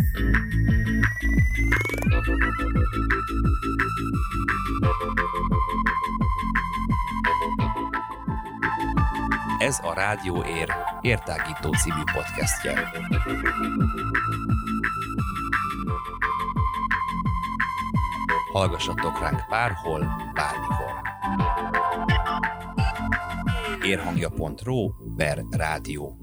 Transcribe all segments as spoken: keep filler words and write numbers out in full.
Ez a Rádió Ér értágító című podcastje. Hallgassatok ránk bárhol, bármikor. érhangja pont ro per rádió.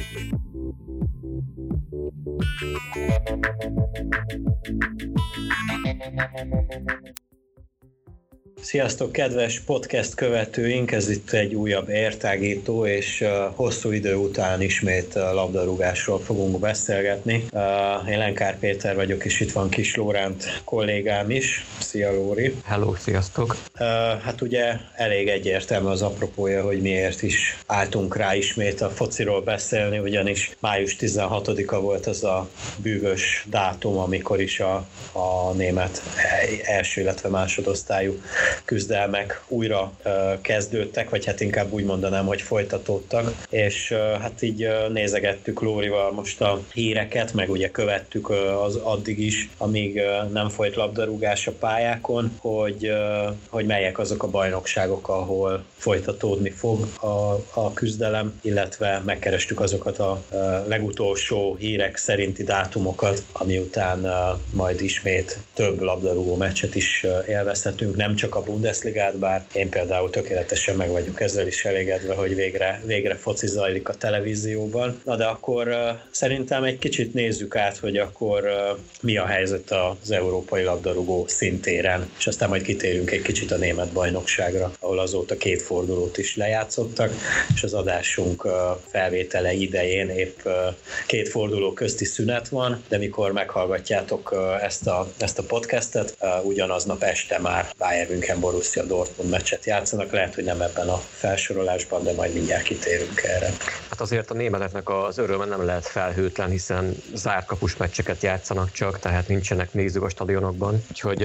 Sziasztok, kedves podcast követőink! Ez itt egy újabb értágító, és uh, hosszú idő után ismét uh, labdarúgásról fogunk beszélgetni. Uh, én Lenkár Péter vagyok, és itt van Kis Lóránt kollégám is. Szia, Lóri! Hello, sziasztok! Uh, hát ugye elég egyértelmű az apropója, hogy miért is álltunk rá ismét a fociról beszélni, ugyanis május tizenhatodika volt az a bűvös dátum, amikor is a, a német első, illetve másodosztályú küzdelmek újra uh, kezdődtek, vagy hát inkább úgy mondanám, hogy folytatódtak, és uh, hát így uh, nézegettük Lórival most a híreket, meg ugye követtük uh, az addig is, amíg uh, nem folyt labdarúgás a pályákon, hogy, uh, hogy melyek azok a bajnokságok, ahol folytatódni fog a, a küzdelem, illetve megkerestük azokat a uh, legutolsó hírek szerinti dátumokat, ami után uh, majd ismét több labdarúgó meccset is uh, élvezhetünk, nem csak a Bundesligát, bár én például tökéletesen meg vagyok ezzel is elégedve, hogy végre, végre foci zajlik a televízióban. Na de akkor uh, szerintem egy kicsit nézzük át, hogy akkor uh, mi a helyzet az európai labdarúgó szintéren, és aztán majd kitérünk egy kicsit a német bajnokságra, ahol azóta két fordulót is lejátszottak, és az adásunk uh, felvétele idején épp uh, két forduló közti szünet van, de mikor meghallgatjátok uh, ezt, a, ezt a podcastet, uh, ugyanaznap este már Bayern München Borussia Dortmund meccset játszanak, lehet, hogy nem ebben a felsorolásban, de majd mindjárt kitérünk erre. Hát azért a németeknek az öröme nem lehet felhőtlen, hiszen zárt kapus meccseket játszanak csak, tehát nincsenek nézők a stadionokban, úgyhogy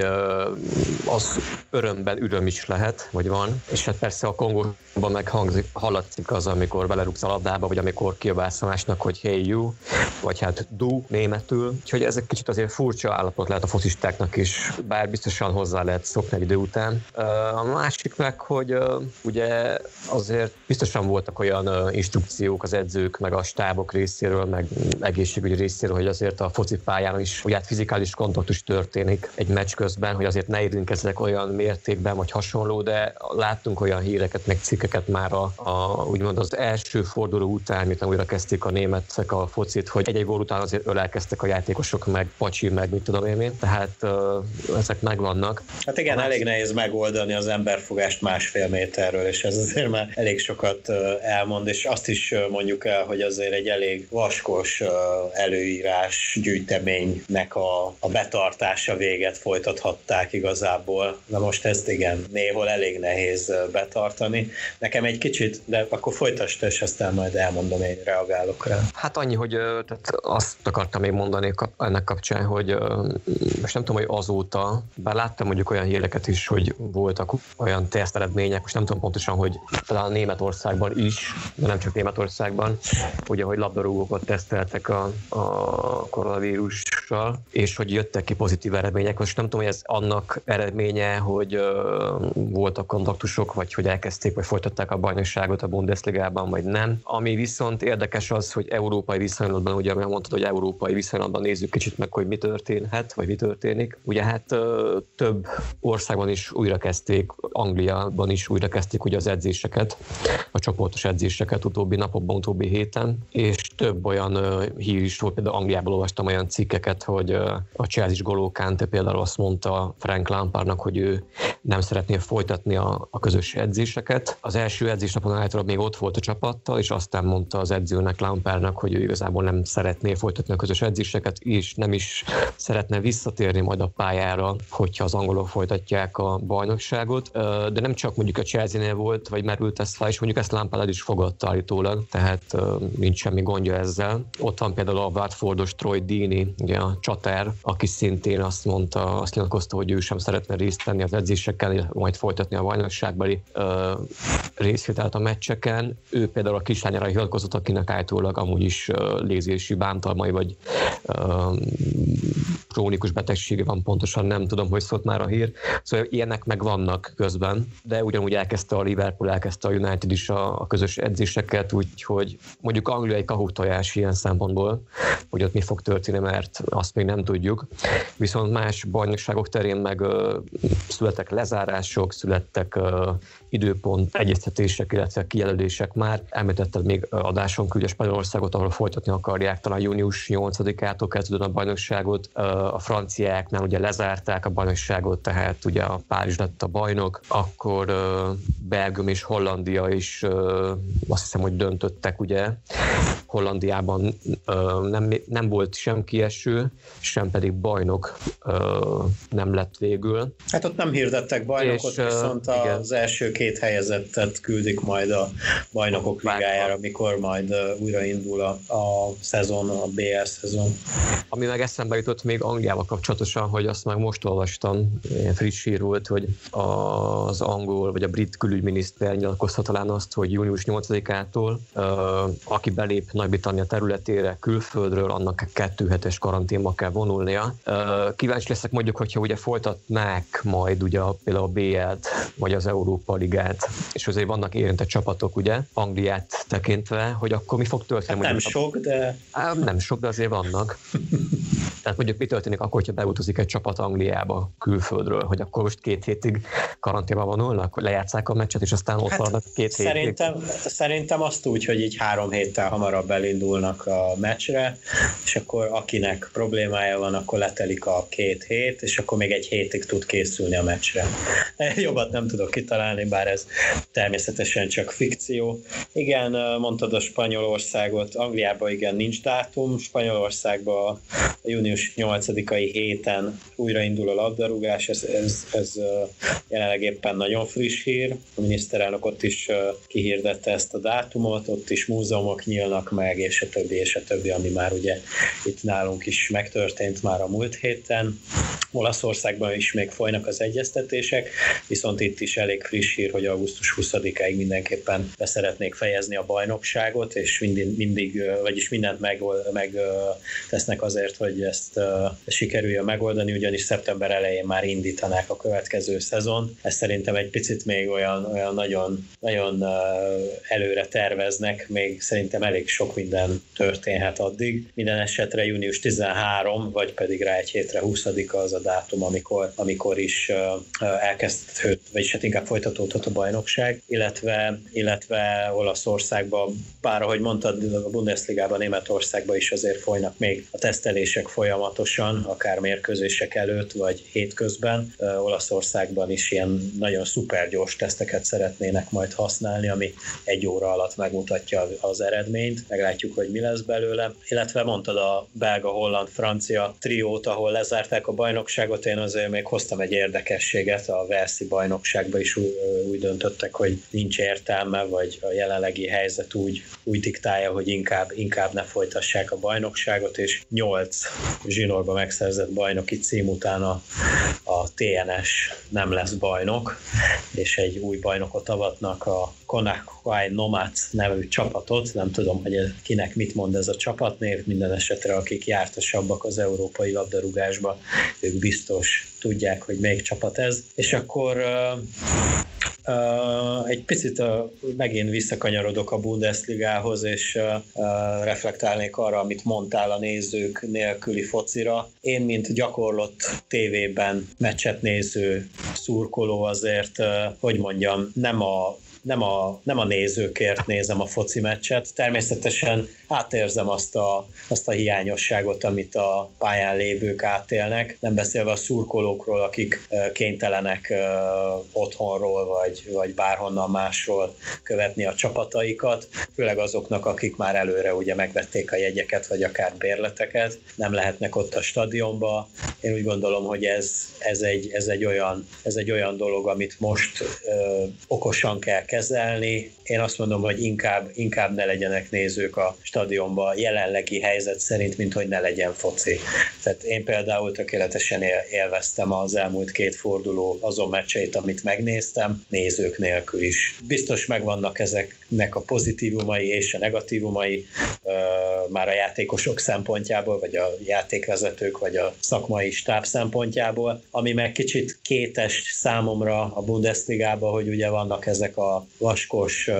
az örömben öröm is lehet, vagy van, és hát persze a Kongóban meg hangzik, hallatszik az, amikor belerúgsz a labdába, vagy amikor kiabálsz másnak, hogy hey you, vagy hát du németül, úgyhogy ez egy kicsit azért furcsa állapot lehet a focistáknak is, bár biztosan hozzá lehet szokni egy idő után. A másik meg, hogy ugye azért biztosan voltak olyan instrukciók az edzők, meg a stábok részéről, meg egészségügyi részéről, hogy azért a focipályán is ugye fizikális kontaktus történik egy meccs közben, hogy azért ne érintkezzenek olyan mértékben, vagy hasonló, de láttunk olyan híreket, meg cikkeket már a, a úgymond az első forduló után, miután újra kezdték a németek a focit, hogy egy-egy gól után azért ölelkeztek a játékosok, meg pacsi, meg mit tudom én, tehát uh, ezek megvannak. Hát igen, elég nehéz megoldani az emberfogást másfél méterről, és ez azért már elég sokat elmond, és azt is mondjuk el, hogy azért egy elég vaskos előírás gyűjteménynek a, a betartása véget folytathatták igazából. Na most ezt igen, néhol elég nehéz betartani. Nekem egy kicsit, de akkor folytasd, és aztán majd elmondom, én reagálok rá. Hát annyi, hogy tehát azt akartam én mondani ennek kapcsán, hogy most nem tudom, hogy azóta, bár láttam mondjuk olyan híreket is, hogy voltak olyan teszteredmények, most nem tudom pontosan, hogy talán Németországban is, de nem csak Németországban, ugye, hogy labdarúgókat teszteltek a, a koronavírussal, és hogy jöttek ki pozitív eredmények. Most nem tudom, hogy ez annak eredménye, hogy uh, voltak kontaktusok, vagy hogy elkezdték, vagy folytatták a bajnokságot a Bundesligában, vagy nem. Ami viszont érdekes az, hogy európai viszonylatban, ugye mondtad, hogy európai viszonylatban nézzük kicsit meg, hogy mi történhet, vagy mi történik. Ugye hát uh, több országban is újra kezdték, Angliában is újra kezdték ugye az edzéseket, a csoportos edzéseket utóbbi napokban, utóbbi héten, és több olyan uh, hír is volt, például Angliából olvastam olyan cikkeket, hogy uh, a Chelsea-s Goló Kanté például azt mondta Frank Lampardnak, hogy ő nem szeretné folytatni a, a közös edzéseket. Az első edzésnapon általában még ott volt a csapattal, és aztán mondta az edzőnek, Lampardnak, hogy ő igazából nem szeretné folytatni a közös edzéseket, és nem is szeretne visszatérni majd a pályára, hogyha az angolok folytatják a bajnokságot. De nem csak mondjuk a Chelsea-nél volt, vagy merült ez fel, és mondjuk ezt Lampard is fogadta állítólag, tehát nincs semmi gondja ezzel. Ott van például a Watfordos Troy Deeney, ugye a csatár, aki szintén azt mondta, azt nyilatkozta, hogy ő sem szeretne részt venni az edzésekkel, majd folytatni a bajnokságbeli ö, részvételt a meccseken. Ő például a kislányára hivatkozott, akinek állítólag amúgy is ö, légzési bántalmai, vagy ö, krónikus betegsége van, pontosan nem tudom, hogy szólt már a hír. Szóval ilyenek meg vannak közben, de ugyanúgy elkezdte a Liverpool, elkezdte a United is a, a közös edzéseket, úgyhogy mondjuk Anglia egy kahútojás ilyen szempontból, hogy ott mi fog történni, mert azt még nem tudjuk. Viszont más bajnokságok terén meg ö, születtek lezárások, születtek ö, időpont, egyeztetések, illetve kijelölések már. Említetted még adáson küldje Spanyolországot, ahol folytatni akarják talán június nyolcadikától kezdődően a bajnokságot. A franciáknál ugye lezárták a bajnokságot, tehát ugye a Párizs lett a bajnok, akkor Belgium és Hollandia is azt hiszem, hogy döntöttek, ugye. Hollandiában nem, nem volt sem kieső, sem pedig bajnok nem lett végül. Hát ott nem hirdettek bajnokot, és, viszont igen. Az első két helyezettet küldik majd a bajnokok ligájára, amikor majd újraindul a, a szezon, a bé el szezon. Ami meg eszembe jutott még Angliával kapcsolatosan, hogy azt meg most olvastam, ilyen friss hír volt, hogy az angol vagy a brit külügyminiszter nyilatkozta talán azt, hogy június nyolcadikától aki belép Nagy-Britannia területére külföldről, annak kettő hetes karanténba kell vonulnia. Kíváncsi leszek mondjuk, hogyha ugye folytatnák majd ugye például a bé el-t, vagy az Európa Ligát, és azért vannak érintett csapatok, ugye, Angliát tekintve, hogy akkor mi fog történni? Hát nem sok, de... Á, nem sok, de azért vannak. Tehát mondjuk mi történik akkor, hogyha beutazik egy csapat Angliába külföldről, hogy akkor most két hétig karanténba vonulnak, lejátszák a meccset, és aztán ott hát vannak két szerintem, hétig? Szerintem azt úgy, hogy így három héttel hamarabb elindulnak a meccsre, és akkor akinek problémája van, akkor letelik a két hét, és akkor még egy hétig tud készülni a meccsre. Jobbat nem tudok kitalálni, bár ez természetesen csak fikció. Igen, mondtad a Spanyolországot, Angliában igen nincs dátum, Spanyolországban a június nyolcadikai héten újraindul a labdarúgás, ez, ez, ez jelenleg éppen nagyon friss hír. A miniszterelnök ott is kihirdette ezt a dátumot, ott is múzeumok nyílnak meg, és a többi, és a többi, ami már ugye itt nálunk is megtörtént már a múlt héten. Olaszországban is még folynak az egyeztetések, viszont itt is elég friss hír, hogy augusztus huszadikáig mindenképpen be szeretnék fejezni a bajnokságot, és mindig, mindig vagyis mindent meg, meg tesznek azért, hogy ezt sikerüljön megoldani, ugyanis szeptember elején már indítanák a következő szezon. Ez szerintem egy picit még olyan, olyan nagyon, nagyon előre terveznek, még szerintem elég sok minden történhet addig. Minden esetre június tizenharmadika, vagy pedig rá egy hétre huszadika az a dátum, amikor, amikor is elkezdődött, vagyis hát inkább folytatódhat a bajnokság, illetve, illetve Olaszországban, bár ahogy mondtad, a Bundesligában, Németországban is azért folynak még a tesztelések folyamatosan, akár mérkőzések előtt, vagy hétközben. Olaszországban is ilyen nagyon szuper gyors teszteket szeretnének majd használni, ami egy óra alatt megmutatja az eredményt. Meglátjuk, hogy mi lesz belőle. Illetve mondtad a belga, holland, francia triót, ahol lezárták a bajnokságot, én azért még hoztam egy érdekességet, a Walesi bajnokságban is úgy, úgy döntöttek, hogy nincs értelme, vagy a jelenlegi helyzet úgy, úgy diktálja, hogy inkább, inkább ne folytassák a bajnokságot, és nyolc zsinórba megszerzett bajnoki cím után a, a té en es nem lesz bajnok, és egy új bajnokot avatnak, a Konakwai Nomads nevű csapatot, nem tudom, hogy kinek mit mond ez a csapatnév, minden esetre akik jártasabbak az európai labdarúgásba, ők biztos tudják, hogy melyik csapat ez. És akkor uh, uh, egy picit uh, megint visszakanyarodok a Bundesligához, és uh, uh, reflektálnék arra, amit mondtál a nézők nélküli focira. Én, mint gyakorlott tévében meccset néző szurkoló azért, uh, hogy mondjam, nem a Nem a, nem a nézőkért nézem a foci meccset. Természetesen átérzem azt a, azt a hiányosságot, amit a pályán lévők átélnek, nem beszélve a szurkolókról, akik kénytelenek otthonról vagy, vagy bárhonnan másról követni a csapataikat, főleg azoknak, akik már előre ugye megvették a jegyeket, vagy akár bérleteket, nem lehetnek ott a stadionba. Én úgy gondolom, hogy ez, ez, egy, ez, egy, olyan, ez egy olyan dolog, amit most ö, okosan kell kezelni. Én azt mondom, hogy inkább, inkább ne legyenek nézők a stadionban jelenlegi helyzet szerint, mint hogy ne legyen foci. Tehát én például tökéletesen élveztem az elmúlt két forduló azon meccseit, amit megnéztem, nézők nélkül is. Biztos megvannak ezeknek a pozitívumai és a negatívumai, már a játékosok szempontjából, vagy a játékvezetők, vagy a szakmai stáb szempontjából, ami meg kicsit kétes számomra a Bundesligában, hogy ugye vannak ezek a vaskos,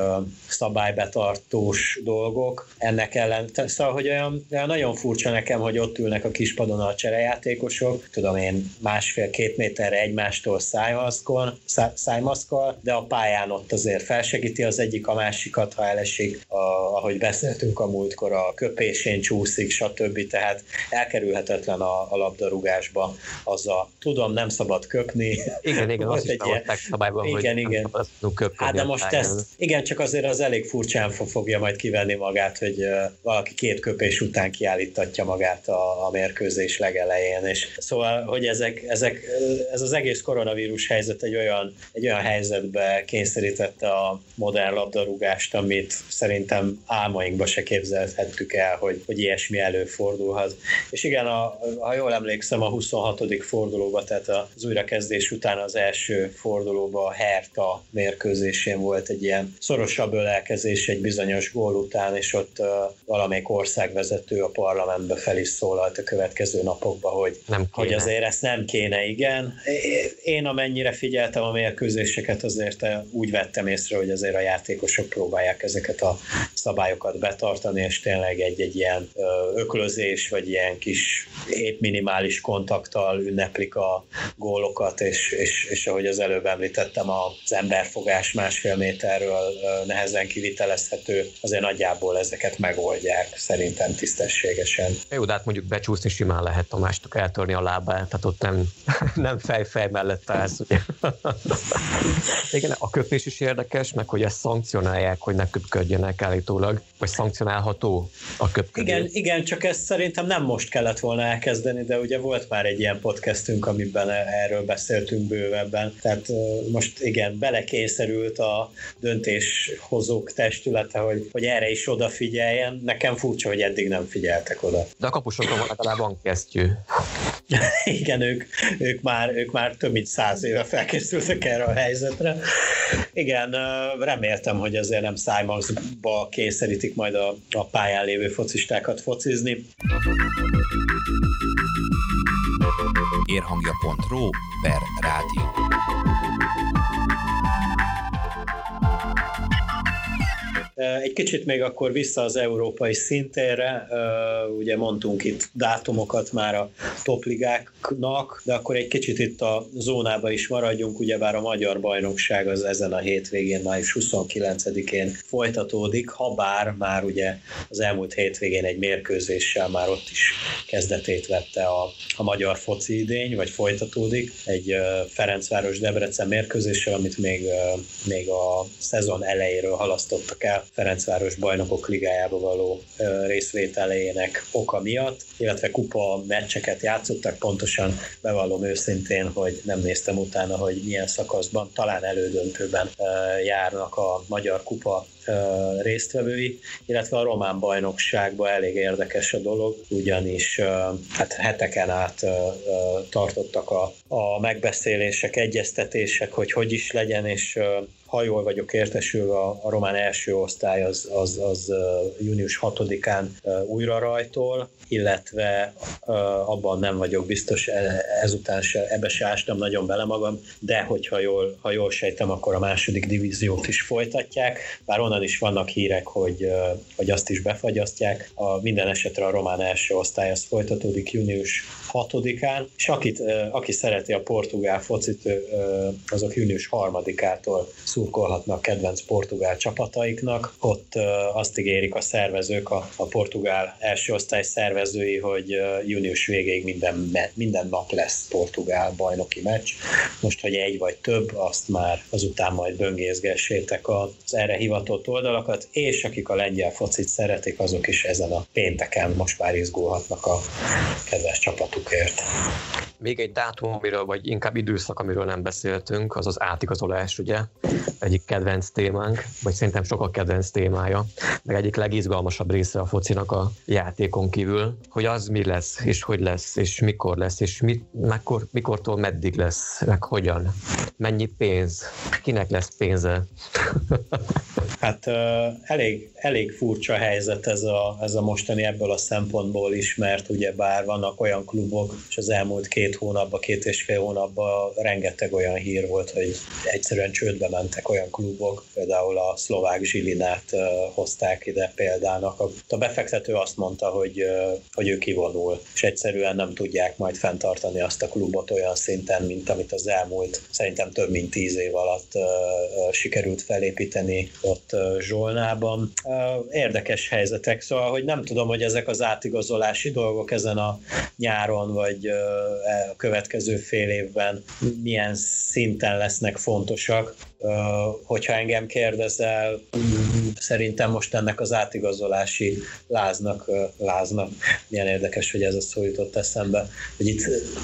szabálybetartós dolgok. Ennek ellen, szóval, hogy olyan, olyan nagyon furcsa nekem, hogy ott ülnek a kispadon a cserejátékosok, tudom én, másfél-két méterre egymástól szájmaszkol, szájmaszkol, de a pályán ott azért felsegíti az egyik a másikat, ha elesik, a, ahogy beszéltünk a múltkor, a köpésén csúszik, stb. Tehát elkerülhetetlen a, a labdarúgásba az a, tudom, nem szabad köpni. Igen, igen, azt is beadták szabályban, igen, hogy igen. nem szabad köpködni. Hát de most ezt, igen, csak azért az elég furcsán fogja majd kivenni magát, hogy uh, valaki két köpés után kiállítatja magát a, a mérkőzés legelején, és szóval, hogy ezek, ezek, ez az egész koronavírus helyzet egy olyan, egy olyan helyzetbe kényszerítette a modern labdarúgást, amit szerintem álmainkba se képzelhettük el, hogy, hogy ilyesmi előfordulhat. És igen, a, ha jól emlékszem, a huszonhatodik fordulóban, tehát az újrakezdés után az első fordulóban a Hertha mérkőzésén volt egy ilyen szorosabb ölelkezés egy bizonyos gól után, és ott uh, valamelyik országvezető a parlamentbe fel is szólalt a következő napokban, hogy, hogy azért ezt nem kéne, igen. Én amennyire figyeltem a mérkőzéseket, azért úgy vettem észre, hogy azért a játékosok próbálják ezeket a szabályokat betartani, és tényleg egy-egy ilyen öklözés, vagy ilyen kis épp minimális kontakttal ünneplik a gólokat, és, és, és ahogy az előbb említettem, az emberfogás másfél méterről nehezen kivitelezhető, azért nagyjából ezeket megoldják, szerintem tisztességesen. Jó, de hát mondjuk becsúszni simán lehet, Tamásnak eltörni a lábát, tehát ott nem, nem fej-fej mellett állsz, ugye. Igen, a köpés is érdekes, meg hogy ezt szankcionálják, hogy ne köpködjenek állítólag, vagy szankcionálható a köpködés. Igen, igen, csak ezt szerintem nem most kellett volna elkezdeni, de ugye volt már egy ilyen podcastünk, amiben erről beszéltünk bővebben. Tehát most igen, belekényszerült a döntéshozók testülete, hogy, hogy erre is odafigyeljen. Nekem furcsa, hogy eddig nem figyeltek oda. De a kapusokon legalább van kesztyű. Igen, ők, ők, már, ők már több mint száz éve felkészültek erre a helyzetre. Igen, reméltem, hogy azért nem szájmaszkba kényszerítik majd a, a pályán lévő focistákat focizni. érhangja.ro per rádió. Egy kicsit még akkor vissza az európai szintérre, ugye mondtunk itt dátumokat már a topligáknak, de akkor egy kicsit itt a zónába is maradjunk, ugyebár a magyar bajnokság az ezen a hétvégén, május huszonkilencedikén folytatódik, ha bár már ugye az elmúlt hétvégén egy mérkőzéssel már ott is kezdetét vette a, a magyar foci idény, vagy folytatódik, egy Ferencváros-Debrecen mérkőzéssel, amit még, még a szezon elejéről halasztottak el, Ferencváros bajnokok ligájába való részvételének oka miatt, illetve kupa meccseket játszottak, pontosan bevallom őszintén, hogy nem néztem utána, hogy milyen szakaszban, talán elődöntőben járnak a magyar kupa résztvevői, illetve a román bajnokságban elég érdekes a dolog, ugyanis hát heteken át tartottak a, a megbeszélések, egyeztetések, hogy hogy is legyen, és ha jól vagyok értesülve, a, a román első osztály az, az, az június hatodikán újra rajtol, illetve abban nem vagyok biztos, ezután se, ebbe se ástam nagyon bele magam, de hogyha jól, ha jól sejtem, akkor a második divíziót is folytatják, bár onnan is vannak hírek, hogy, hogy azt is befagyasztják. A, minden esetre a román első osztály az folytatódik június hatodikán, és akit, aki szereti a portugál focit, azok június harmadikától szurkolhatnak kedvenc portugál csapataiknak. Ott azt ígérik a szervezők, a, a portugál első osztály szervezői, hogy június végéig minden, minden nap lesz portugál bajnoki meccs. Most, hogy egy vagy több, azt már azután majd böngészgessétek az erre hivatott oldalakat, és akik a lengyel focit szeretik, azok is ezen a pénteken most már izgulhatnak a kedves csapatukért. még egy dátum, amiről, vagy inkább időszak, amiről nem beszéltünk, az az átigazolás, ugye? Egyik kedvenc témánk, vagy szerintem sokak kedvenc témája, meg egyik legizgalmasabb része a focinak a játékon kívül, hogy az mi lesz, és hogy lesz, és mikor lesz, és mit, mikor, mikortól meddig lesz, meg hogyan, mennyi pénz, kinek lesz pénze. Hát uh, elég, elég furcsa helyzet ez a, ez a mostani ebből a szempontból is, mert ugye bár vannak olyan klubok, és az elmúlt két hónapban, két és fél hónapban rengeteg olyan hír volt, hogy egyszerűen csődbe mentek olyan klubok, például a szlovák Žilinát uh, hozták ide példának. A, a befektető azt mondta, hogy, uh, hogy ő kivonul, és egyszerűen nem tudják majd fenntartani azt a klubot olyan szinten, mint amit az elmúlt, szerintem több mint tíz év alatt uh, uh, sikerült felépíteni ott Zsolnában. Érdekes helyzetek, szóval, hogy nem tudom, hogy ezek az átigazolási dolgok ezen a nyáron, vagy a következő fél évben milyen szinten lesznek fontosak. Hogyha engem kérdezel, szerintem most ennek az átigazolási láznak, láznak, milyen érdekes, hogy ez a szó jutott eszembe, hogy itt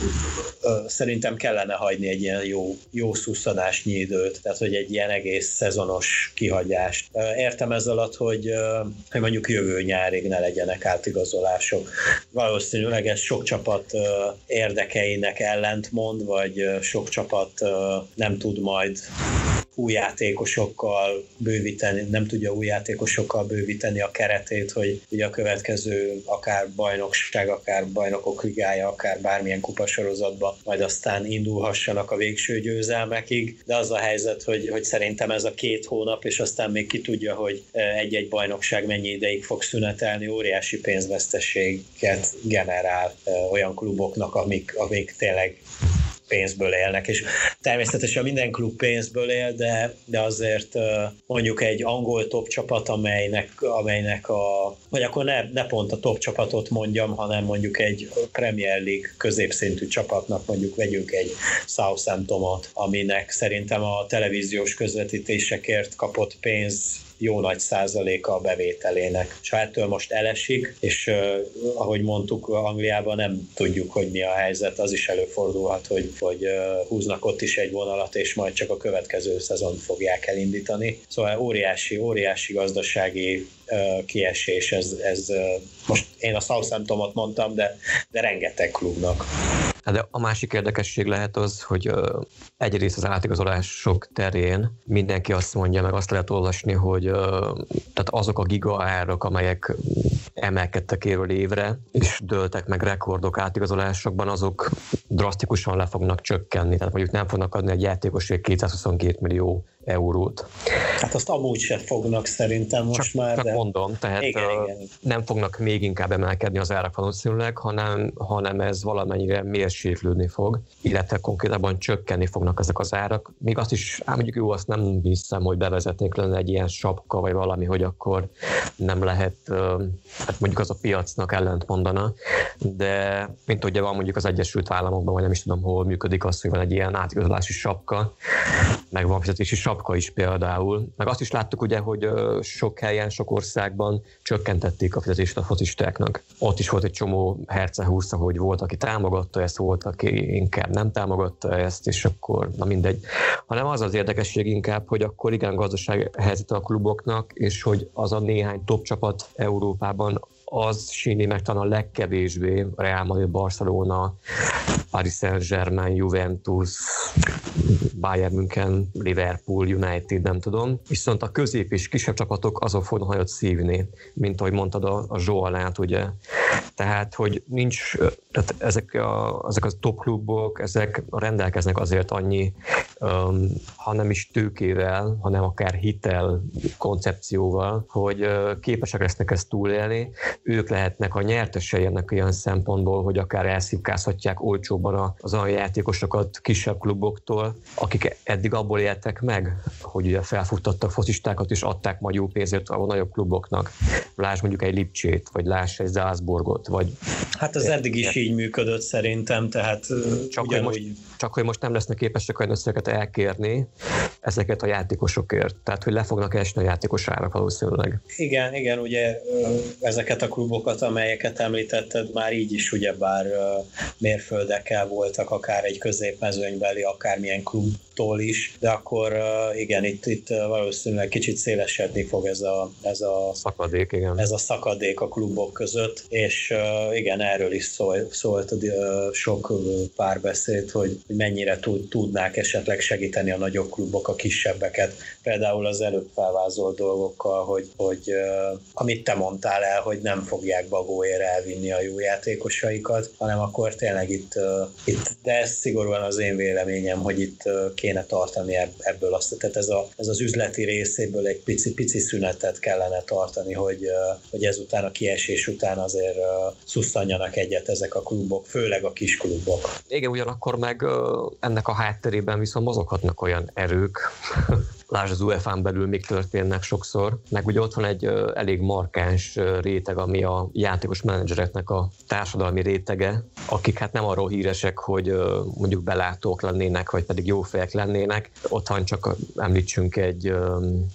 szerintem kellene hagyni egy ilyen jó, jó szusszanásnyi időt, tehát hogy egy ilyen egész szezonos kihagyást. Értem ez alatt, hogy, hogy mondjuk jövő nyárig ne legyenek átigazolások. Valószínűleg ez sok csapat érdekeinek ellentmond, vagy sok csapat nem tud majd új játékosokkal bővíteni, nem tudja új játékosokkal bővíteni a keretét, hogy ugye a következő akár bajnokság, akár bajnokok ligája, akár bármilyen kupasorozatban majd aztán indulhassanak a végső győzelmekig, de az a helyzet, hogy, hogy szerintem ez a két hónap, és aztán még ki tudja, hogy egy-egy bajnokság mennyi ideig fog szünetelni, óriási pénzveszteséget generál olyan kluboknak, amik, amik tényleg pénzből élnek, és természetesen minden klub pénzből él, de, de azért mondjuk egy angol top csapat, amelynek, amelynek a, vagy akkor ne, ne pont a top csapatot mondjam, hanem mondjuk egy Premier League középszintű csapatnak, mondjuk vegyünk egy Southamptonot, aminek szerintem a televíziós közvetítésekért kapott pénz jó nagy százaléka a bevételének. És ha ettől most elesik, és uh, ahogy mondtuk, Angliában nem tudjuk, hogy mi a helyzet, az is előfordulhat, hogy, hogy uh, húznak ott is egy vonalat, és majd csak a következő szezont fogják elindítani. Szóval óriási, óriási gazdasági uh, kiesés, ez, ez uh, most én a Southamptonot mondtam, de, de rengeteg klubnak. De a másik érdekesség lehet az, hogy uh, egyrészt az átigazolások terén mindenki azt mondja, meg azt lehet olvasni, hogy uh, tehát azok a giga árak, amelyek emelkedtek évről évre, és dőltek meg rekordok átigazolásokban, azok drasztikusan le fognak csökkenni. Tehát mondjuk nem fognak adni egy játékosért kétszázhuszonkét millió eurót. Hát azt amúgy se fognak szerintem most csak, már. Csak de... mondom, tehát igen, igen. Nem fognak még inkább emelkedni az árak valószínűleg, hanem, hanem ez valamennyire mérséklődni fog, illetve konkrétabban csökkenni fognak ezek az árak. Még azt is, ám mondjuk jó, azt nem hiszem, hogy bevezetnék lenne egy ilyen sapka, vagy valami, hogy akkor nem lehet, hát mondjuk az a piacnak ellent mondana, de mint ugye van mondjuk az Egyesült Államokban, vagy nem is tudom, hol működik az, hogy van egy ilyen átigazolási sapka, meg van fizetési sapka is például. Meg azt is láttuk ugye, hogy sok helyen, sok országban csökkentették a fizetést a focistáknak. Ott is volt egy csomó hercehúsza, hogy volt, aki támogatta ezt, volt, aki inkább nem támogatta ezt, és akkor, na mindegy. Hanem az az érdekesség inkább, hogy akkor igen, gazdasági helyzet a kluboknak, és hogy az a néhány top csapat Európában az síni meg talán a legkevésbé, Real Madrid, Barcelona, Paris Saint-Germain, Juventus, Bayern München, Liverpool, United, nem tudom. Viszont a közép és kisebb csapatok azok fognak nagyot szívni, mint ahogy mondtad a, a Zsolnát, ugye. Tehát, hogy nincs, tehát ezek a, ezek a top klubok, ezek rendelkeznek azért annyi, um, ha nem is tőkével, hanem akár hitel koncepcióval, hogy uh, képesek lesznek ezt túlélni. Ők lehetnek a nyertesei ennek olyan szempontból, hogy akár elszívkázhatják olcsóbban az olyan játékosokat kisebb kluboktól, akik eddig abból éltek meg, hogy ugye felfuttattak focistákat és adták majd jó pénzért a nagyobb kluboknak. Lásd mondjuk egy Lipcsét, vagy láss egy Salzburgot, vagy... Hát az eddig is így működött szerintem, tehát csak ugyanúgy... Hogy most, csak hogy most nem lesznek képesek olyan összeget elkérni, ezeket a játékosokért. Tehát, hogy le fognak esni a játékos árak valószínűleg. Igen, igen, ugye ezeket a klubokat, amelyeket említetted, már így is ugyebár mérföldekkel voltak, akár egy középmezőnybeli, akármilyen klubtól is, de akkor igen, itt, itt valószínűleg kicsit szélesedni fog ez a, ez a szakadék, igen. ez a szakadék a klubok között, és igen, erről is szól, szólt sok párbeszéd, hogy mennyire tudnák esetleg segíteni a nagyobb klubok a kisebbeket. Például az előbb felvázolt dolgokkal, hogy, hogy amit te mondtál el, hogy nem fogják bagóért elvinni a jó játékosaikat, hanem akkor tényleg itt, itt, de ez szigorúan az én véleményem, hogy itt kéne tartani ebből azt, tehát ez, a, ez az üzleti részéből egy pici, pici szünetet kellene tartani, hogy, hogy ezután a kiesés után azért szusszanjanak egyet ezek a klubok, főleg a kis klubok. Igen, ugyanakkor meg ennek a hátterében viszont mozoghatnak olyan erők, lásd az u e fán belül még történnek sokszor, meg ugye ott van egy uh, elég markáns uh, réteg, ami a játékos menedzsereknek a társadalmi rétege, akik hát nem arról híresek, hogy uh, mondjuk belátók lennének, vagy pedig jó fejek lennének. Otthon csak említsünk egy um,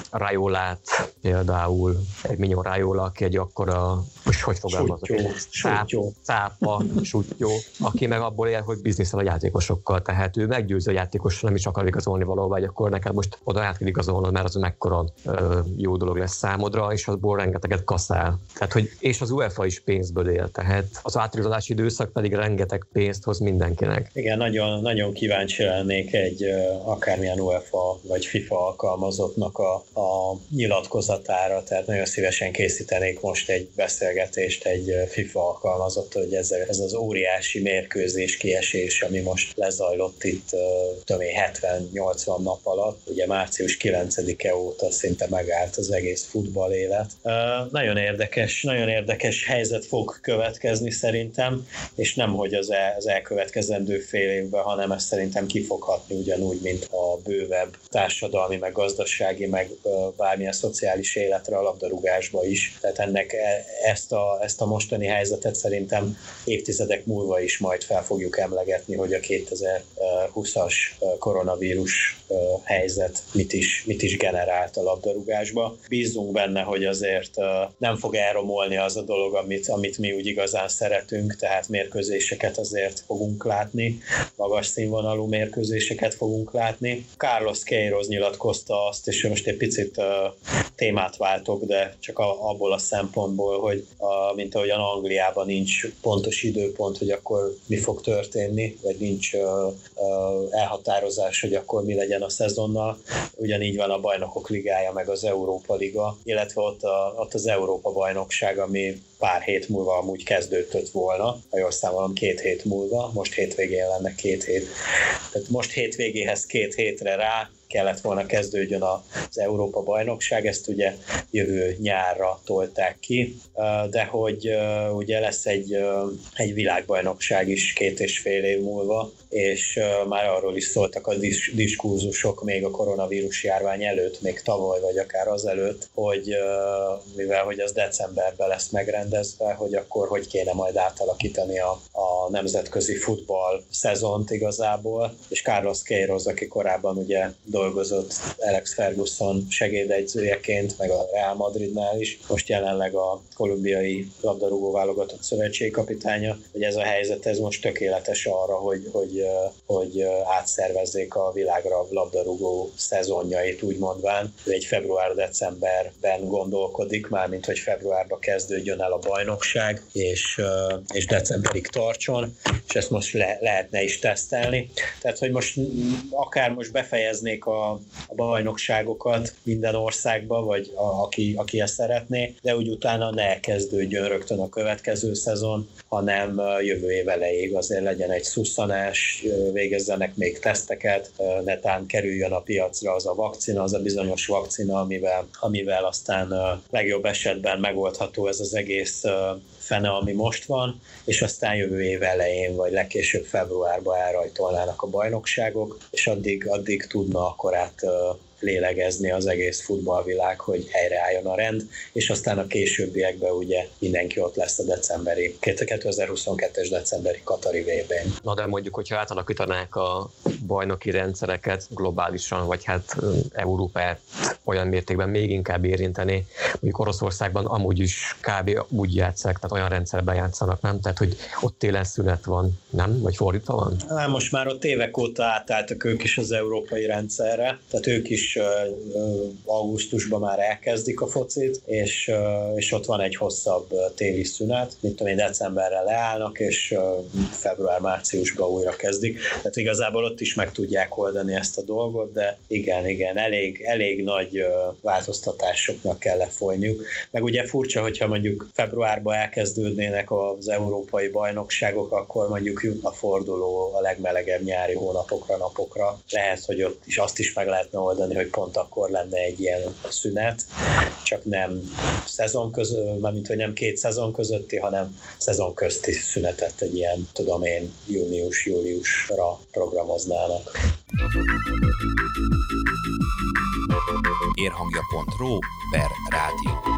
Raiolát, például egy Mignon Raiola, aki egy akkora, most hogy fogalmazok? Sutyó. Cápa, sutyó, aki meg abból él, hogy bizniszel a játékosokkal, tehát ő meggyőzi a játékosra, nem is akar igazolni valahol, vagy akkor neked most oda át kell igazolnod, mert az mekkora ö, jó dolog lesz számodra, és abból rengeteget kaszál. Tehát, hogy, és az u e fá is pénzből él, tehát az átigazolási időszak pedig rengeteg pénzt hoz mindenkinek. Igen, nagyon, nagyon kíváncsi lennék egy akármilyen u e fá vagy FIFA alkalmazottnak a, a nyilatkozatára, tehát nagyon szívesen készítenék most egy beszélgetést egy FIFA alkalmazott, hogy ez, ez az óriási mérkőzés kiesés, ami most lezajlott itt tudom én, hetven-nyolcvan nap alatt, ugye március kilencedike óta szinte megállt az egész futball élet. Uh, nagyon érdekes, nagyon érdekes helyzet fog következni szerintem, és nem, hogy az, el, az elkövetkezendő fél évben, hanem ezt szerintem ki fog hatni ugyanúgy, mint a bővebb társadalmi, meg gazdasági, meg uh, bármilyen szociális életre a labdarúgásba is. Tehát ennek ezt a, ezt a mostani helyzetet szerintem évtizedek múlva is majd fel fogjuk emlegetni, hogy a kétezer-húszas koronavírus helyzet mit is, mit is generált a labdarúgásba. Bízzunk benne, hogy azért nem fog elromolni az a dolog, amit, amit mi úgy igazán szeretünk, tehát mérkőzéseket azért fogunk látni, magas színvonalú mérkőzéseket fogunk látni. Carlos Queiroz nyilatkozta azt, és most egy picit uh, témát váltok, de csak a, abból a szempontból, hogy uh, mint ahogyan Angliában nincs pontos időpont, hogy akkor mi fog történni, vagy nincs uh, uh, elhatározás, hogy akkor mi legyen a szezonnal. Ugyanígy van a Bajnokok Ligája, meg az Európa Liga, illetve ott, a, ott az Európa Bajnokság, ami pár hét múlva amúgy kezdődött volna, ha jól számolom, két hét múlva, most hétvégén lenne két hét. Tehát most hétvégéhez két hétre rá kellett volna kezdődjön az Európa Bajnokság, ezt ugye jövő nyárra tolták ki, de hogy ugye lesz egy, egy világbajnokság is két és fél év múlva, és már arról is szóltak a dis- diskurzusok még a koronavírus járvány előtt, még tavaly vagy akár azelőtt, hogy mivel hogy az decemberben lesz megrendezve, hogy akkor hogy kéne majd átalakítani a, a nemzetközi futball szezont igazából, és Carlos Queiroz, aki korábban ugye dolgozott Alex Ferguson segédegyzőjeként, meg a Real Madridnál is, most jelenleg a kolumbiai labdarúgó válogatott szövetségkapitánya, hogy ez a helyzet, ez most tökéletes arra, hogy, hogy, hogy átszervezzék a világra labdarúgó szezonjait, úgy mondván. Ő egy február-decemberben gondolkodik, mármint hogy februárban kezdődjön el a bajnokság, és, és decemberig tartson, és ezt most le, lehetne is tesztelni. Tehát, hogy most akár most befejeznék a, a bajnokságokat minden országba, vagy a, aki, aki ezt szeretné, de úgy utána ne kezdődjön rögtön a következő szezon, hanem jövő év elejéig azért legyen egy szusszanás, végezzenek még teszteket, netán kerüljön a piacra az a vakcina, az a bizonyos vakcina, amivel, amivel aztán legjobb esetben megoldható ez az egész fene, ami most van, és aztán jövő év elején, vagy legkésőbb februárban elrajtolnának a bajnokságok, és addig, addig tudna akkor át lélegezni az egész futballvilág, hogy helyreálljon a rend, és aztán a későbbiekben ugye mindenki ott lesz a decemberi, kétezer-huszonkettes decemberi Katari vé bén. Na de mondjuk, hogyha átalakítanák a bajnoki rendszereket globálisan, vagy hát Európát olyan mértékben még inkább érinteni, mondjuk Oroszországban amúgy is kb. Úgy játszák, tehát olyan rendszerben játszanak, nem? Tehát, hogy ott télen szünet van, nem? Vagy fordítva van? Na, most már ott évek óta átálltak ők is az európai rendszerre, tehát ők is uh, augusztusban már elkezdik a focit, és, uh, és ott van egy hosszabb uh, téli szünet, mint tudom én, decemberre leállnak, és uh, február-márciusban újra kezdik. Tehát igazából ott is meg tudják oldani ezt a dolgot, de igen, igen, elég, elég nagy uh, változtatásoknak kell lefolyniuk. Meg ugye furcsa, hogyha mondjuk februárban elkezdődnének az európai bajnokságok, akkor mondjuk jutna forduló a legmelegebb nyári hónapokra, napokra. Lehet, hogy ott is azt is meg lehetne oldani, hogy pont akkor lenne egy ilyen szünet, csak nem szezon között, mármint, hogy nem két szezon közötti, hanem szezon közti szünetet egy ilyen, tudom én, június-júliusra programoznának. érhangja pont ru per rádió.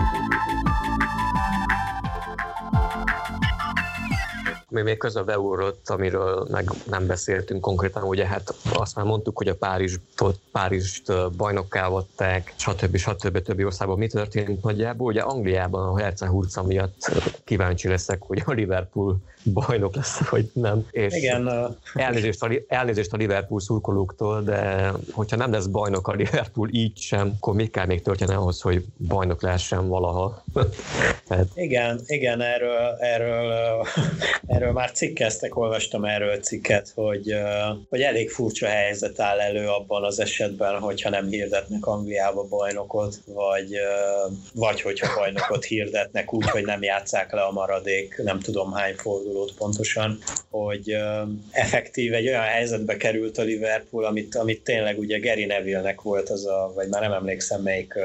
Még még közben beugrott, amiről meg nem beszéltünk konkrétan, ugye hát azt már mondtuk, hogy a Párizs, Párizst bajnokká avatták, stb. stb. Többi országban mi történt nagyjából. Ugye Angliában a Herceg-hurca miatt kíváncsi leszek, hogy a Liverpool bajnok lesz, vagy nem. És igen. Elnézést a, elnézést a Liverpool szurkolóktól, de hogyha nem lesz bajnok a Liverpool így sem, akkor még kell még történni ahhoz, hogy bajnok lehessen valaha. Tehát... Igen, igen, erről, erről, erről már cikkeztek, olvastam erről cikket, hogy, hogy elég furcsa helyzet áll elő abban az esetben, hogyha nem hirdetnek Angliába bajnokot, vagy, vagy hogyha bajnokot hirdetnek úgy, hogy nem játsszák le a maradék, nem tudom hány fordulót pontosan, hogy effektív egy olyan helyzetbe került a Liverpool, amit, amit tényleg ugye Gary Neville-nek volt az a, vagy már nem emlékszem melyik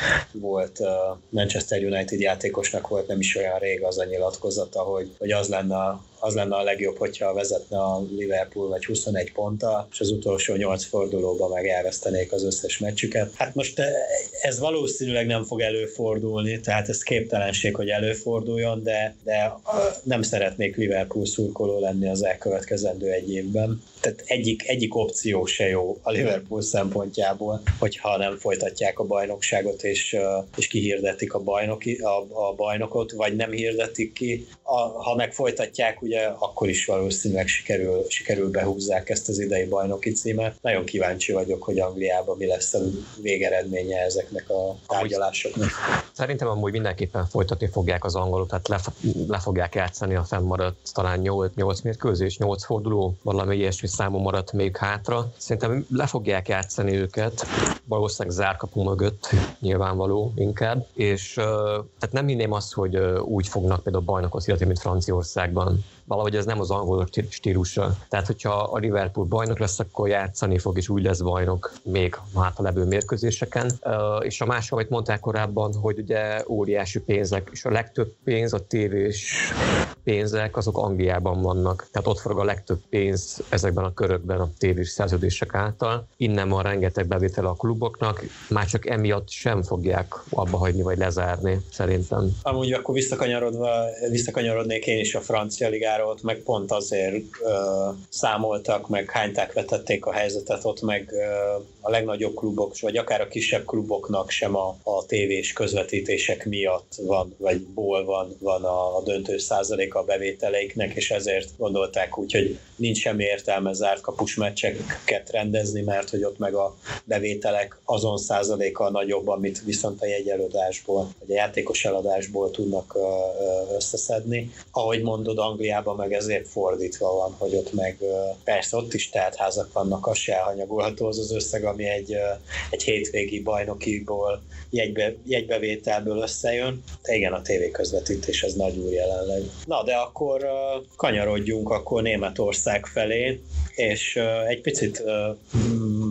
volt Manchester United játékosnak volt nem is olyan rég az a nyilatkozata, hogy, hogy az lenne az lenne a legjobb, hogyha vezetne a Liverpool vagy huszonegy ponttal, és az utolsó nyolc fordulóban meg elvesztenék az összes meccsüket. Hát most ez valószínűleg nem fog előfordulni, tehát ez képtelenség, hogy előforduljon, de, de nem szeretnék Liverpool szurkoló lenni az elkövetkezendő egy évben. Tehát egyik, egyik opció se jó a Liverpool szempontjából, hogyha nem folytatják a bajnokságot, és, és kihirdetik a, bajnoki, a, a bajnokot, vagy nem hirdetik ki. A, ha meg folytatják, ugye akkor is valószínűleg sikerül, sikerül behúzzák ezt az idei bajnoki címet. Nagyon kíváncsi vagyok, hogy Angliában mi lesz a végeredménye ezeknek a tárgyalásoknak. Szerintem amúgy mindenképpen folytatni fogják az angolot, tehát le, le fogják játszani a fennmaradt talán nyolc mérkőzés, nyolc forduló, valami ilyesmi számú maradt még hátra. Szerintem le fogják játszani őket, valószínűleg zárkapu mögött, nyilvánvaló inkább, és uh, tehát nem hinném azt, hogy uh, úgy fognak például bajnokot hirdetni, mint Franciaországban. Valahogy ez nem az angol stílusa. Tehát, hogyha a Liverpool bajnok lesz, akkor játszani fog, és úgy lesz bajnok még hátra levő mérkőzéseken. Uh, és a másik, amit mondták korábban, hogy ugye óriási pénzek, és a legtöbb pénz, a tévés pénzek, azok Angliában vannak. Tehát ott forog a legtöbb pénz ezekben a körökben a tévés szerződések által. Innen van rengeteg bevétel a kluboknak, már csak emiatt sem fogják abba hagyni, vagy lezárni, szerintem. Amúgy akkor visszakanyarodva, visszakanyarodnék én is a francia ligára, ott meg pont azért uh, számoltak, meg hányták vetették a helyzetet, ott meg uh, a legnagyobb klubok, vagy akár a kisebb kluboknak sem a, a tévés közvetítések miatt van, vagy ból van, van a, a döntő százaléka a bevételeiknek, és ezért gondolták úgy, hogy nincs semmi értelme zárt kapus meccseket rendezni, mert hogy ott meg a bevételek azon százaléka nagyobb, amit viszont a jegyeladásból, vagy a játékos eladásból tudnak összeszedni. Ahogy mondod, Angliában meg ezért fordítva van, hogy ott meg persze ott is teltházak vannak, az se elhanyagolható az az összeg, ami egy, egy hétvégi bajnokiból, jegybe, jegybevételből összejön. De igen, a tévéközvetítés az nagy úr jelenleg. Na, de akkor kanyarodjunk akkor Németország felé, és egy picit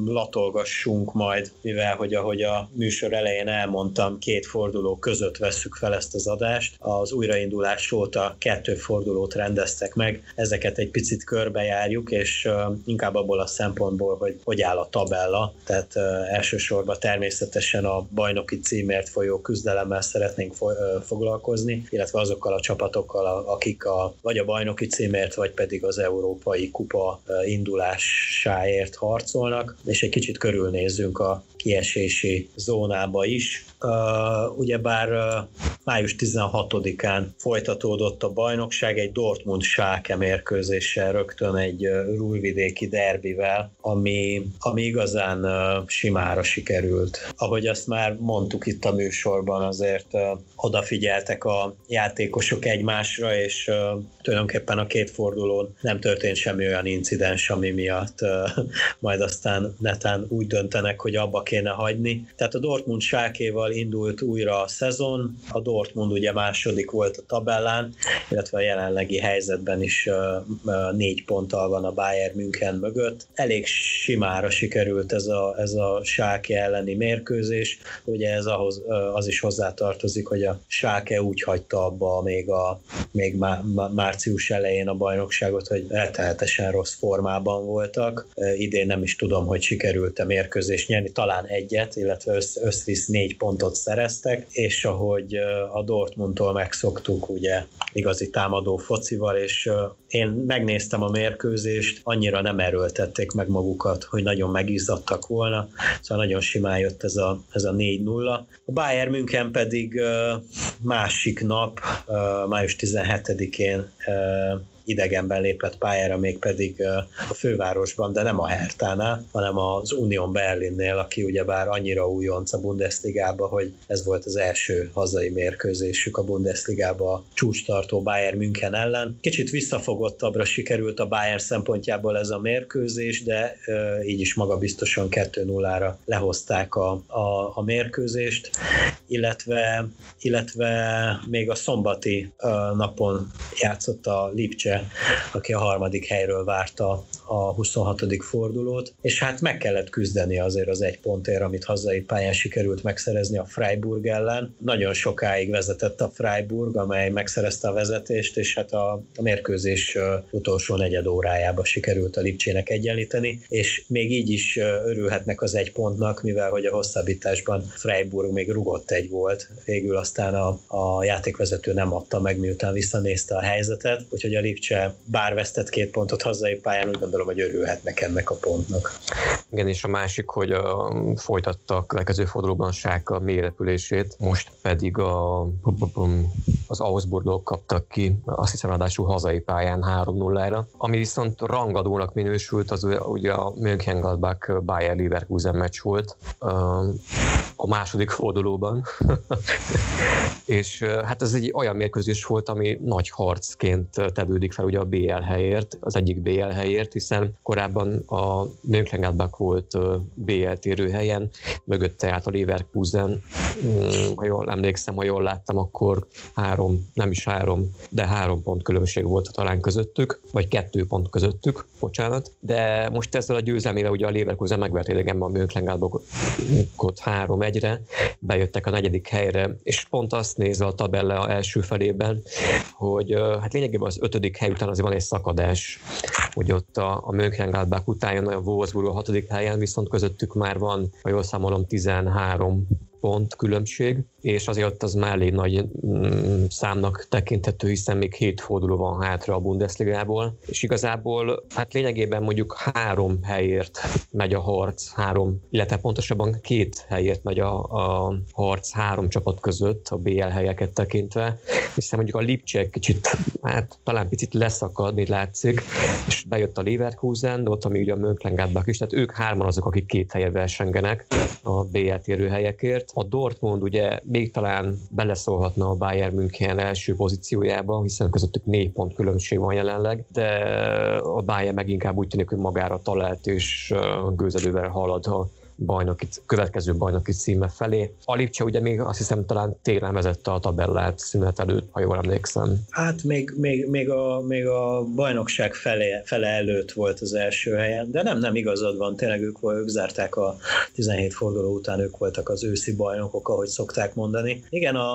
latolgassunk majd, mivel hogy ahogy a műsor elején elmondtam, két forduló között vesszük fel ezt az adást. Az újraindulás óta kettő fordulót rendeztek meg, ezeket egy picit körbejárjuk, és inkább abból a szempontból, hogy hogy áll a tabella, tehát elsősorban természetesen a bajnoki címért folyó küzdelemmel szeretnénk foglalkozni, illetve azokkal a csapatokkal, akik a, vagy a bajnoki címért, vagy pedig az Európai Kupa indulásáért harcolnak, és egy kicsit körülnézzünk a kiesési zónába is. Uh, ugyebár uh, május tizenhatodikán folytatódott a bajnokság egy Dortmund-Schalke mérkőzéssel, rögtön egy uh, rújvidéki derbivel, ami, ami igazán uh, simára sikerült. Ahogy azt már mondtuk itt a műsorban, azért uh, odafigyeltek a játékosok egymásra, és uh, tulajdonképpen a két fordulón nem történt semmi olyan incidens, ami miatt uh, majd aztán netán úgy döntenek, hogy abba kéne hagyni. Tehát a Dortmund Schalkéval indult újra a szezon, a Dortmund ugye második volt a tabellán, illetve a jelenlegi helyzetben is uh, négy ponttal van a Bayern München mögött. Elég simára sikerült ez a, ez a Schalke elleni mérkőzés, ugye ez ahhoz, uh, az is hozzátartozik, hogy a Schalke úgy hagyta abba még, a, még má, má, március elején a bajnokságot, hogy rettenetesen rossz formában voltak. Uh, idén nem is tudom, hogy sikerült a mérkőzést nyerni, talán egyet, illetve össz, összvisz négy pontot szereztek, és ahogy a Dortmundtól megszoktuk, ugye igazi támadó focival, és én megnéztem a mérkőzést, annyira nem erőltették meg magukat, hogy nagyon megizzadtak volna, szóval nagyon simán jött ez a, ez a négy nulla. A Bayern München pedig másik nap, május tizenhetedikén idegenben lépett pályára, mégpedig a fővárosban, de nem a Hertánál, hanem az Union Berlinnél, aki ugyebár annyira újonc a Bundesligába, hogy ez volt az első hazai mérkőzésük a Bundesligába a csúcstartó Bayern München ellen. Kicsit visszafogottabbra sikerült a Bayern szempontjából ez a mérkőzés, de így is magabiztosan kettő nullára lehozták a, a, a mérkőzést, illetve, illetve még a szombati napon játszott a Lipcse, aki a harmadik helyről várta a huszonhatodik fordulót, és hát meg kellett küzdeni azért az egy pontért, amit hazai pályán sikerült megszerezni a Freiburg ellen. Nagyon sokáig vezetett a Freiburg, amely megszerezte a vezetést, és hát a, a mérkőzés utolsó negyed órájába sikerült a Lipcsének egyenlíteni, és még így is örülhetnek az egy pontnak, mivel hogy a hosszabbításban Freiburg még rugott egy volt, végül aztán a, a játékvezető nem adta meg, miután visszanézte a helyzetet, úgyhogy a Lipcse bár vesztett két pontot hazai pályán, úgy gondolom, hogy örülhetnek ennek a pontnak. Igen, és a másik, hogy a, folytatta a következő fordulóban Schalke a mélyrepülését, most pedig a, az Augsburgok kaptak ki, azt hiszem ráadásul hazai pályán három nullára, ami viszont rangadónak minősült, az ugye a Mönchengladbach Bayer Leverkusen meccs volt a második fordulóban. És hát ez egy olyan mérkőzés volt, ami nagy harcként tevődik fel ugye a bé el helyért, az egyik bé el helyért, hiszen korábban a Mönchengladbach volt bé el térőhelyen, mögötte állt a Leverkusen, ha jól emlékszem, ha jól láttam, akkor három, nem is három, de három pont különbség volt talán közöttük, vagy kettő pont közöttük, bocsánat, de most ezzel a győzelmével ugye a Leverkusen megvert idegenben a Mönchengladbachot három egyre, bejöttek a negyedik helyre, és pont azt nézve a tabella első felében, hogy hát lényegében az ötödik hely után azért van egy szakadás, hogy ott a, a Mönchengladbach után jön a Wolfsburg a hatodik helyen, viszont közöttük már van, ha jól számolom, tizenhárom pont különbség, és azért ott az már elég nagy mm, számnak tekinthető, hiszen még hét forduló van hátra a Bundesligából, és igazából hát lényegében mondjuk három helyért megy a harc, három, illetve pontosabban két helyért megy a, a harc három csapat között a bé el helyeket tekintve, hiszen mondjuk a Lipcse kicsit, hát talán picit leszakadni látszik, és bejött a Leverkusen, de ott ami ugye a Mönchengladbach is, tehát ők hárman azok, akik két helyen versengenek a bé el térő helyekért. A Dortmund ugye még talán beleszólhatna a Bayern München első pozíciójába, hiszen közöttük négy pont különbség van jelenleg, de a Bayern meg inkább úgy tűnik, hogy magára talált és gőzelővel halad a bajnoki, következő bajnoki címe felé. A Lipcse ugye még azt hiszem talán télen vezette a tabellát szünet előtt, ha jól emlékszem. Hát még, még, még, a, még a bajnokság fele, fele előtt volt az első helyen, de nem, nem igazad van, tényleg ők, ők zárták a tizenhét forduló után, ők voltak az őszi bajnokok, ahogy szokták mondani. Igen, a,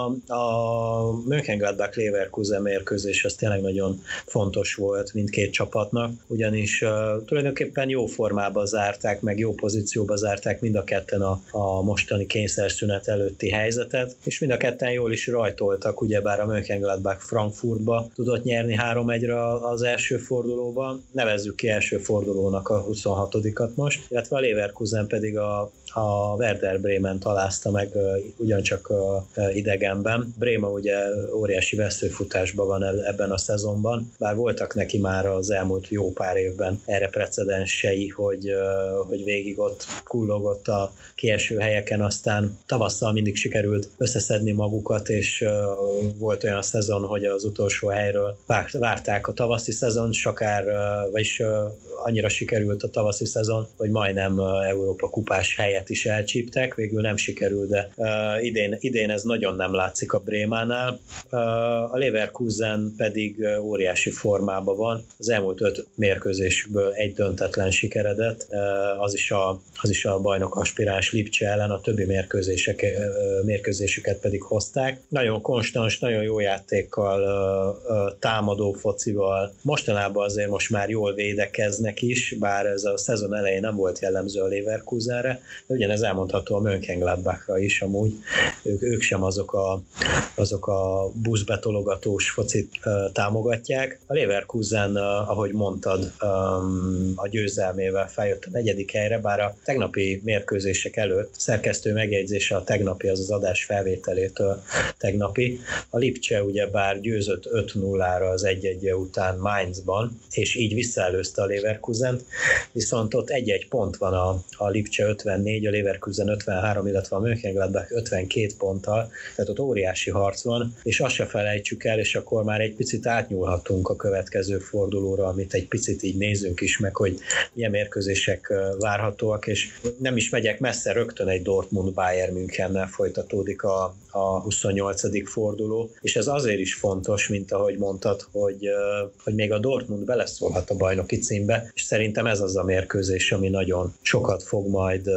a Mönchengladbach Leverkusen mérkőzés az tényleg nagyon fontos volt mindkét csapatnak, ugyanis uh, tulajdonképpen jó formában zárták, meg jó pozícióba zárták mind a ketten a, a mostani kényszerszünet előtti helyzetet, és mind a ketten jól is rajtoltak, ugyebár a Mönchengladbach Frankfurtba tudott nyerni három egyre az első fordulóban, nevezzük ki első fordulónak a huszonhatodikat most, illetve a Leverkusen pedig a a Werder Bremen találta meg uh, ugyancsak uh, idegenben. Bremen ugye óriási veszőfutásban van ebben a szezonban, bár voltak neki már az elmúlt jó pár évben erre precedensei, hogy, uh, hogy végig ott kullogott a kieső helyeken, aztán tavasszal mindig sikerült összeszedni magukat, és uh, volt olyan szezon, hogy az utolsó helyről várták a tavaszi szezon, és akár, uh, vagyis uh, annyira sikerült a tavaszi szezon, hogy majdnem uh, Európa kupás helyet is elcsíptek, végül nem sikerült, de uh, idén, idén ez nagyon nem látszik a Brémánál. Uh, a Leverkusen pedig uh, óriási formában van. Az elmúlt öt mérkőzésből egy döntetlen sikeredett, uh, az, is a, az is a bajnok aspiráns Lipcse ellen, a többi mérkőzések, uh, mérkőzésüket pedig hozták. Nagyon konstans, nagyon jó játékkal, uh, uh, támadó focival. Mostanában azért most már jól védekeznek is, bár ez a szezon elején nem volt jellemző a Leverkusenre, de ugyanez elmondható a Mönchengladbachra is amúgy. Ők, ők sem azok a, azok a buszbetologatós focit uh, támogatják. A Leverkusen, uh, ahogy mondtad, um, a győzelmével feljött a negyedik helyre, bár a tegnapi mérkőzések előtt, szerkesztő megjegyzése a tegnapi, az az adás felvételétől tegnapi. A Lipcse ugyebár győzött öt nullára az egy-egy után Mainzban, és így visszaelőzte a Leverkusent, viszont ott egy-egy pont van a, a Lipcse ötvennégy, a Leverkusen ötvenhárom, illetve a Mönchengladbach ötvenkét ponttal, tehát ott óriási harc van, és azt se felejtsük el, és akkor már egy picit átnyúlhatunk a következő fordulóra, amit egy picit így nézzünk is meg, hogy milyen mérkőzések várhatóak, és nem is megyek messze, rögtön egy Dortmund-Bayern Münchennel folytatódik a, a huszonnyolcadik forduló, és ez azért is fontos, mint ahogy mondtad, hogy, hogy még a Dortmund beleszólhat a bajnoki címbe, és szerintem ez az a mérkőzés, ami nagyon sokat fog majd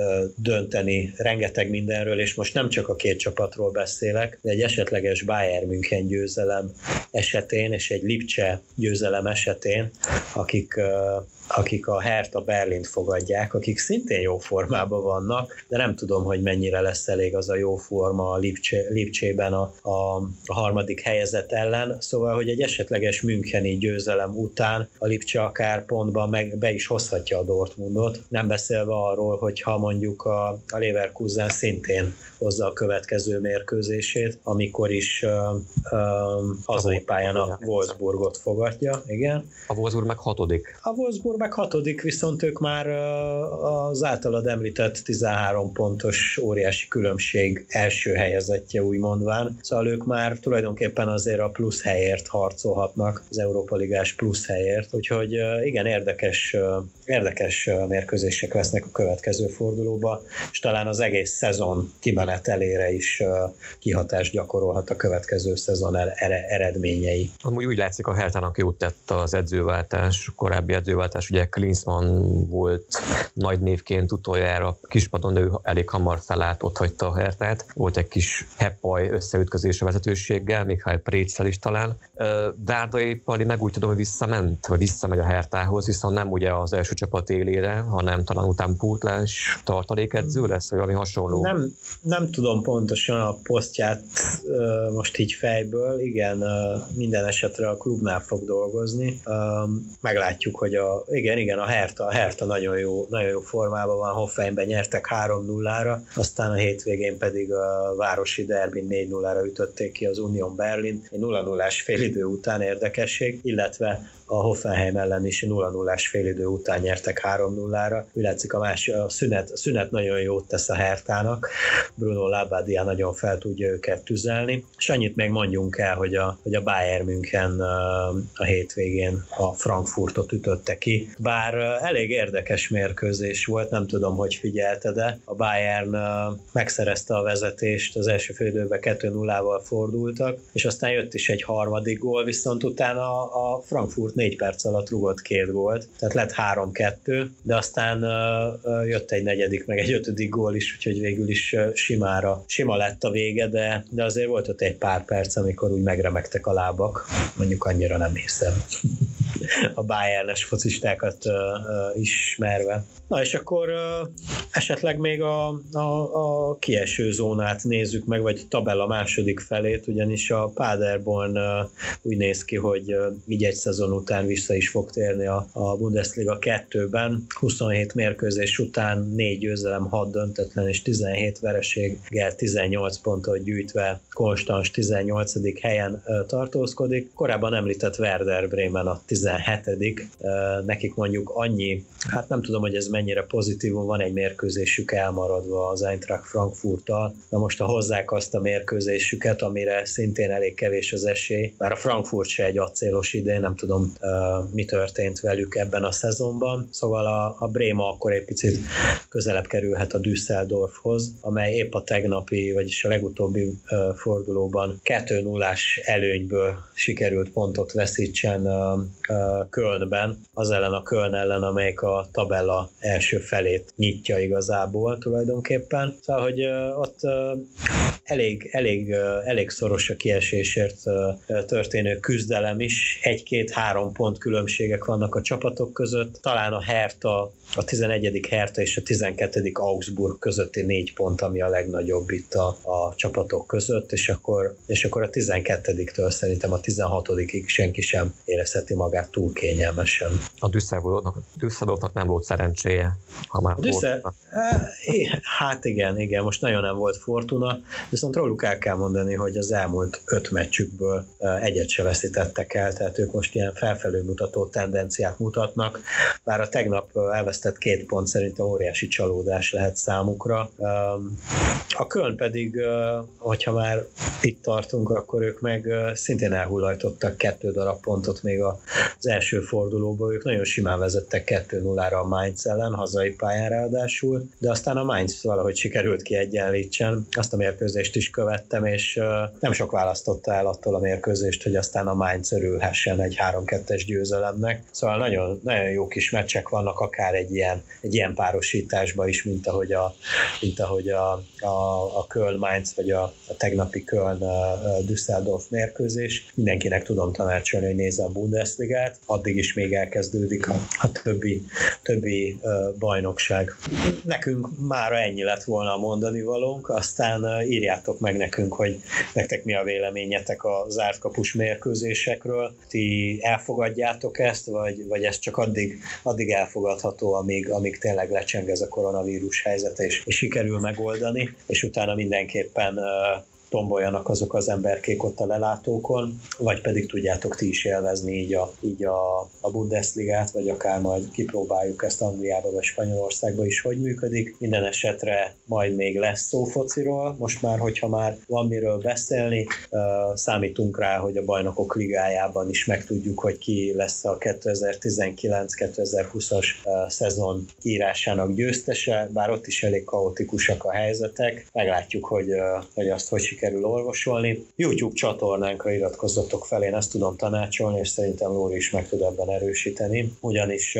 dönteni rengeteg mindenről, és most nem csak a két csapatról beszélek, de egy esetleges Bayern München győzelem esetén, és egy Lipcse győzelem esetén, akik akik a Hertha Berlint fogadják, akik szintén jó formában vannak, de nem tudom, hogy mennyire lesz elég az a jó forma a Lipcse, Lipcsében a, a, a harmadik helyezett ellen, szóval, hogy egy esetleges müncheni győzelem után a Lipcse akár pontban meg be is hozhatja a Dortmundot, nem beszélve arról, hogyha mondjuk a, a Leverkusen szintén hozza a következő mérkőzését, amikor is uh, uh, hazai pályán a Wolfsburgot fogadja, igen. A Wolfsburg meg hatodik. A Wolfsburg meg hatodik, viszont ők már az általad említett tizenhárom pontos óriási különbség első helyezettje, úgy mondván. Szóval ők már tulajdonképpen azért a plusz helyért harcolhatnak, az Európa Ligás plusz helyért. Úgyhogy igen, érdekes, érdekes mérkőzések lesznek a következő fordulóba, és talán az egész szezon kimenetelére is kihatást gyakorolhat a következő szezon eredményei. Amúgy úgy látszik, a Hertának jót tett az edzőváltás, korábbi edzőváltás, ugye Klinsmann volt nagy névként utoljára kispadon, de ő elég hamar felállt, ott hagyta a Hertát. Volt egy kis heppaj összeütközés a vezetőséggel, Michael Préczel is talán. Dárdai Pali meg úgy tudom, hogy visszament, vagy visszamegy a Hertához, viszont nem ugye az első csapat élére, hanem talán utánpótlás tartalékedző lesz, vagy valami hasonló. Nem, nem tudom pontosan a posztját most így fejből, igen, minden esetre a klubnál fog dolgozni. Meglátjuk, hogy a Igen, igen, a Hertha, a Hertha nagyon jó, nagyon jó formában van, Hoffenheimben nyertek három nullára, aztán a hétvégén pedig a városi derbin négy nullára ütötték ki az Union Berlin, egy nulla nullás félidő után érdekesség, illetve a Hoffenheim ellen is nulla nullás félidő után nyertek három nullára. Úgy látszik, a, más, a, szünet, a szünet nagyon jót tesz a Hertának, Bruno Labbadia nagyon fel tudja őket tüzelni, és annyit még mondjunk el, hogy a, hogy a Bayern München a hétvégén a Frankfurtot ütötte ki, bár elég érdekes mérkőzés volt, nem tudom, hogy figyelte, de a Bayern megszerezte a vezetést, az első félidőben kettő nullával fordultak, és aztán jött is egy harmadik gól, viszont utána a Frankfurt négy perc alatt rugott két gólt, tehát lett három kettő, de aztán jött egy negyedik, meg egy ötödik gól is, úgyhogy végül is simára, sima lett a vége, de, de azért volt ott egy pár perc, amikor úgy megremegtek a lábak, mondjuk annyira nem hiszem a Bayernes focistákat uh, uh, ismerve. Na és akkor uh, esetleg még a, a, a kieső zónát nézzük meg, vagy tabella második felét, ugyanis a Paderborn uh, úgy néz ki, hogy uh, így egy szezon után vissza is fog térni a, a Bundesliga kettőben. huszonhét mérkőzés után négy győzelem, hat döntetlen és tizenhét vereséggel tizennyolc pontot gyűjtve konstans tizennyolcadik helyen uh, tartózkodik. Korábban említett Werder Bremen a tizenhetedik Uh, nekik mondjuk annyi, hát nem tudom, hogy ez mennyire pozitívum, van egy mérkőzésük elmaradva az Eintracht Frankfurttal, de most ha hozzák azt a mérkőzésüket, amire szintén elég kevés az esély, bár a Frankfurt se egy acélos idén, nem tudom uh, mi történt velük ebben a szezonban, szóval a, a Bréma akkor egy picit közelebb kerülhet a Düsseldorfhoz, amely épp a tegnapi, vagyis a legutóbbi uh, fordulóban kettő nullás előnyből sikerült pontot veszítsen uh, uh, Kölnben, az ellen a Köln ellen, amelyik a tabella első felét nyitja igazából tulajdonképpen. Szóval, hogy uh, ott uh, elég, elég, uh, elég szoros a kiesésért uh, történő küzdelem is. Egy-két-három pont különbségek vannak a csapatok között. Talán a Hertha, a tizenegyedik Hertha és a tizenkettedik Augsburg közötti négy pont, ami a legnagyobb itt a, a csapatok között, és akkor, és akkor a tizenkettediktől szerintem a tizenhatodikig senki sem érezheti magát túl kényelmesen. A Düsseldorfnak nem volt szerencséje, ha már Düssel... volt. Hát igen, igen, most nagyon nem volt fortuna, viszont róluk el kell mondani, hogy az elmúlt öt meccsükből egyet se veszítettek el, tehát ők most ilyen felfelé mutató tendenciát mutatnak, bár a tegnap elvesztett két pont szerintem óriási csalódás lehet számukra. A Köln pedig, hogyha már itt tartunk, akkor ők meg szintén elhullajtottak kettő darab pontot még az első fordulóban, ők nagyon simán vezettek kettő nullára a Mainz ellen, hazai pályán ráadásul, de aztán a Mainz valahogy sikerült kiegyenlítsen, azt a mérkőzést is követtem, és nem sok választotta el attól a mérkőzést, hogy aztán a Mainz örülhessen egy három kettes győzelemnek. Szóval nagyon, nagyon jó kis meccsek vannak, akár egy ilyen, egy ilyen párosításban is, mint ahogy a, mint ahogy a, a, a Köln-Mainz, vagy a, a tegnapi Köln-Düsseldorf mérkőzés. Mindenkinek tudom tanácsolni, hogy nézze a Bundesligát, addig is még elkezdődik a, a többi, többi uh, bajnokság. Nekünk mára ennyi lett volna a mondani valónk, aztán uh, írjátok meg nekünk, hogy nektek mi a véleményetek a zárt kapus mérkőzésekről. Ti elfogadjátok ezt, vagy, vagy ez csak addig, addig elfogadható, amíg, amíg tényleg lecseng ez a koronavírus helyzet, és, és sikerül megoldani, és utána mindenképpen uh, tomboljanak azok az emberkék ott a lelátókon, vagy pedig tudjátok ti is élvezni így a, így a, a Bundesligát, vagy akár majd kipróbáljuk ezt Angliába vagy Spanyolországba is, hogy működik. Minden esetre majd még lesz szó fociról, most már, hogyha már van miről beszélni, számítunk rá, hogy a Bajnokok Ligájában is megtudjuk, hogy ki lesz a kétezer-tizenkilenc kétezer-húszas szezon írásának győztese, bár ott is elég kaotikusak a helyzetek. Meglátjuk, hogy, hogy azt hogy kerül orvosolni. YouTube csatornánkra iratkozzatok fel, én ezt tudom tanácsolni, és szerintem Lóri is meg tud ebben erősíteni, ugyanis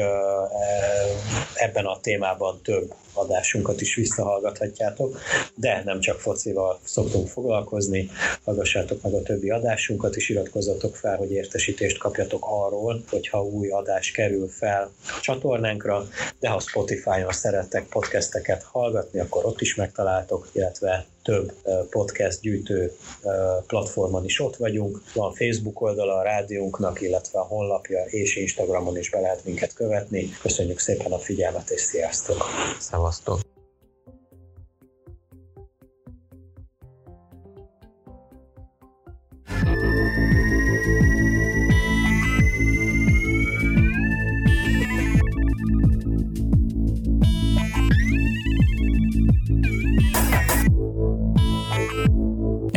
ebben a témában több adásunkat is visszahallgathatjátok, de nem csak focival szoktunk foglalkozni, hallgassátok meg a többi adásunkat is, iratkozzatok fel, hogy értesítést kapjatok arról, hogyha új adás kerül fel a csatornánkra, de ha Spotify-on szerettek podcasteket hallgatni, akkor ott is megtaláltok, illetve több podcast gyűjtő platformon is ott vagyunk. Van Facebook oldala a rádiónknak, illetve a honlapja, és Instagramon is be lehet minket követni. Köszönjük szépen a figyelmet, és sziasztok! Szevasztok!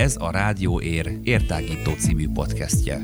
Ez a Rádió Ér értágító című podcastje.